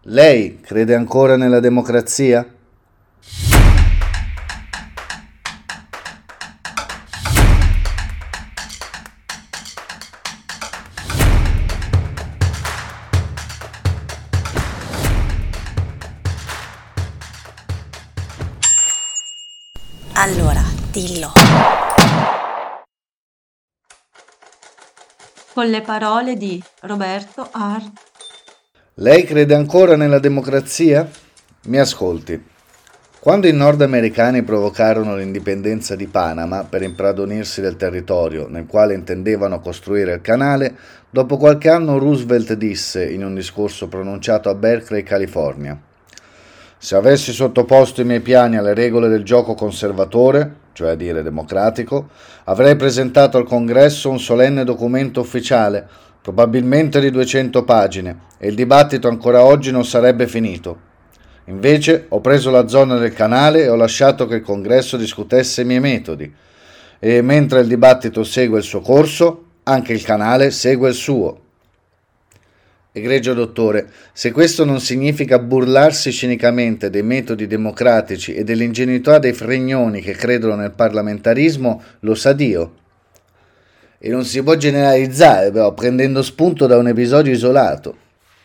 Lei crede ancora nella democrazia? Allora, dillo. Con le parole di Roberto Hart. Lei crede ancora nella democrazia? Mi ascolti. Quando i nordamericani provocarono l'indipendenza di Panama per impadronirsi del territorio nel quale intendevano costruire il canale, dopo qualche anno Roosevelt disse in un discorso pronunciato a Berkeley, California: se avessi sottoposto i miei piani alle regole del gioco conservatore, cioè a dire democratico, avrei presentato al Congresso un solenne documento ufficiale, probabilmente di 200 pagine, e il dibattito ancora oggi non sarebbe finito. Invece ho preso la zona del canale e ho lasciato che il Congresso discutesse i miei metodi. E mentre il dibattito segue il suo corso, anche il canale segue il suo. Egregio dottore, se questo non significa burlarsi cinicamente dei metodi democratici e dell'ingenuità dei fregnoni che credono nel parlamentarismo, lo sa Dio. E non si può generalizzare, però, prendendo spunto da un episodio isolato.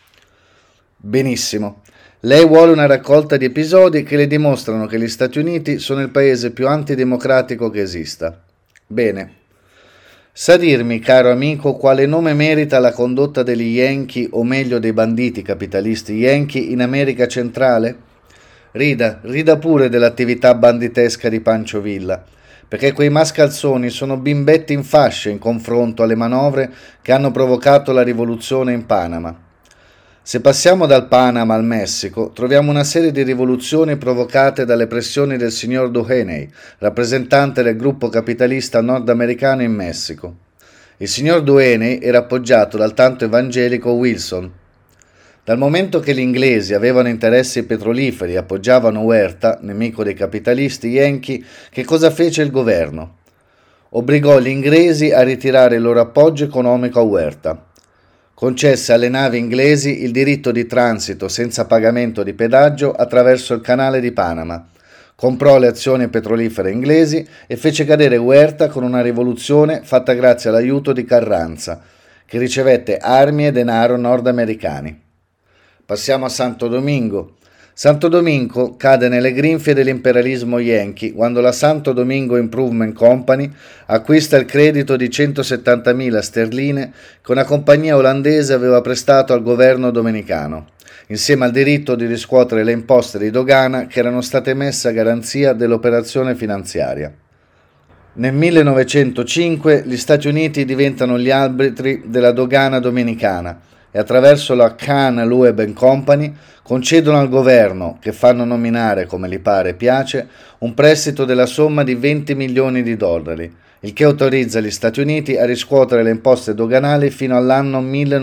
Benissimo. Lei vuole una raccolta di episodi che le dimostrano che gli Stati Uniti sono il paese più antidemocratico che esista. Bene. Sa dirmi, caro amico, quale nome merita la condotta degli Yankee, o meglio dei banditi capitalisti Yankee, in America centrale? Rida pure dell'attività banditesca di Pancho Villa, perché quei mascalzoni sono bimbetti in fasce in confronto alle manovre che hanno provocato la rivoluzione in Panama. Se passiamo dal Panama al Messico, troviamo una serie di rivoluzioni provocate dalle pressioni del signor Duhaney, rappresentante del gruppo capitalista nordamericano in Messico. Il signor Duhaney era appoggiato dal tanto evangelico Wilson. Dal momento che gli inglesi avevano interessi petroliferi e appoggiavano Huerta, nemico dei capitalisti Yankee, che cosa fece il governo? Obbligò gli inglesi a ritirare il loro appoggio economico a Huerta. Concesse alle navi inglesi il diritto di transito senza pagamento di pedaggio attraverso il canale di Panama, comprò le azioni petrolifere inglesi e fece cadere Huerta con una rivoluzione fatta grazie all'aiuto di Carranza, che ricevette armi e denaro nordamericani. Passiamo a Santo Domingo. Santo Domingo cade nelle grinfie dell'imperialismo Yankee quando la Santo Domingo Improvement Company acquista il credito di 170.000 sterline che una compagnia olandese aveva prestato al governo domenicano, insieme al diritto di riscuotere le imposte di dogana che erano state messe a garanzia dell'operazione finanziaria. Nel 1905 gli Stati Uniti diventano gli arbitri della dogana domenicana e attraverso la Kahn Loeb Company concedono al governo, che fanno nominare come gli pare e piace, un prestito della somma di 20 milioni di dollari, il che autorizza gli Stati Uniti a riscuotere le imposte doganali fino all'anno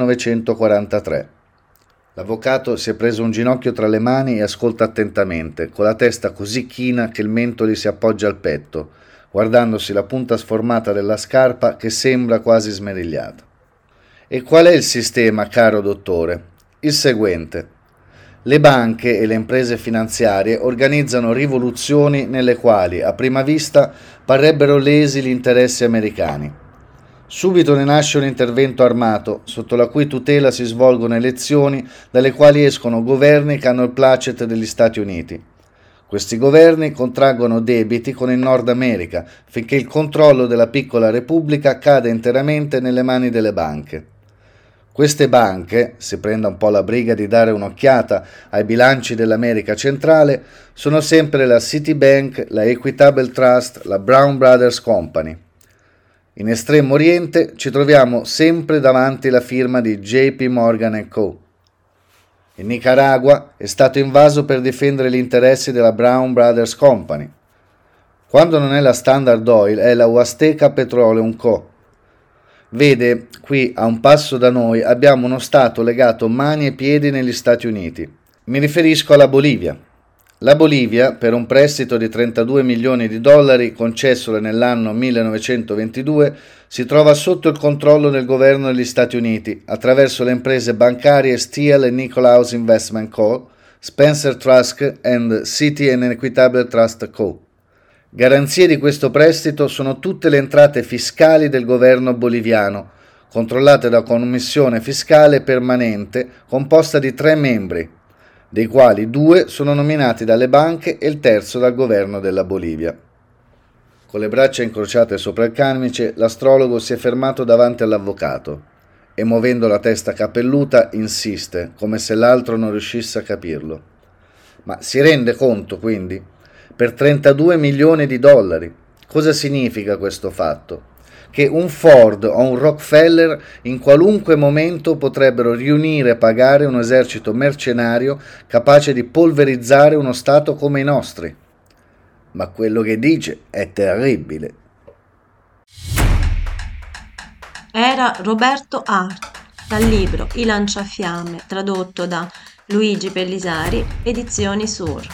1943. L'avvocato si è preso un ginocchio tra le mani e ascolta attentamente, con la testa così china che il mento gli si appoggia al petto, guardandosi la punta sformata della scarpa che sembra quasi smerigliata. E qual è il sistema, caro dottore? Il seguente. Le banche e le imprese finanziarie organizzano rivoluzioni nelle quali, a prima vista, parrebbero lesi gli interessi americani. Subito ne nasce un intervento armato, sotto la cui tutela si svolgono elezioni dalle quali escono governi che hanno il placet degli Stati Uniti. Questi governi contraggono debiti con il Nord America finché il controllo della piccola repubblica cade interamente nelle mani delle banche. Queste banche, si prenda un po' la briga di dare un'occhiata ai bilanci dell'America centrale, sono sempre la Citibank, la Equitable Trust, la Brown Brothers Company. In Estremo Oriente ci troviamo sempre davanti la firma di JP Morgan & Co. Il Nicaragua è stato invaso per difendere gli interessi della Brown Brothers Company. Quando non è la Standard Oil è la Huasteca Petroleum Co. Vede, qui a un passo da noi abbiamo uno Stato legato mani e piedi negli Stati Uniti. Mi riferisco alla Bolivia. La Bolivia, per un prestito di 32 milioni di dollari concessole nell'anno 1922, si trova sotto il controllo del governo degli Stati Uniti attraverso le imprese bancarie Steele Nicholas Investment Co., Spencer Trust and City and Equitable Trust Co. Garanzie di questo prestito sono tutte le entrate fiscali del governo boliviano, controllate da una commissione fiscale permanente composta di 3 membri, dei quali 2 sono nominati dalle banche e il terzo dal governo della Bolivia. Con le braccia incrociate sopra il camice, l'astrologo si è fermato davanti all'avvocato e, muovendo la testa capelluta, insiste, come se l'altro non riuscisse a capirlo. Ma si rende conto, quindi? Per 32 milioni di dollari. Cosa significa questo fatto? Che un Ford o un Rockefeller in qualunque momento potrebbero riunire e pagare un esercito mercenario capace di polverizzare uno Stato come i nostri. Ma quello che dice è terribile. Era Roberto Hart, dal libro I lanciafiamme, tradotto da Luigi Pellisari, Edizioni Sur.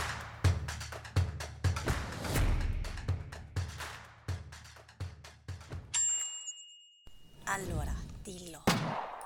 Allora, dillo.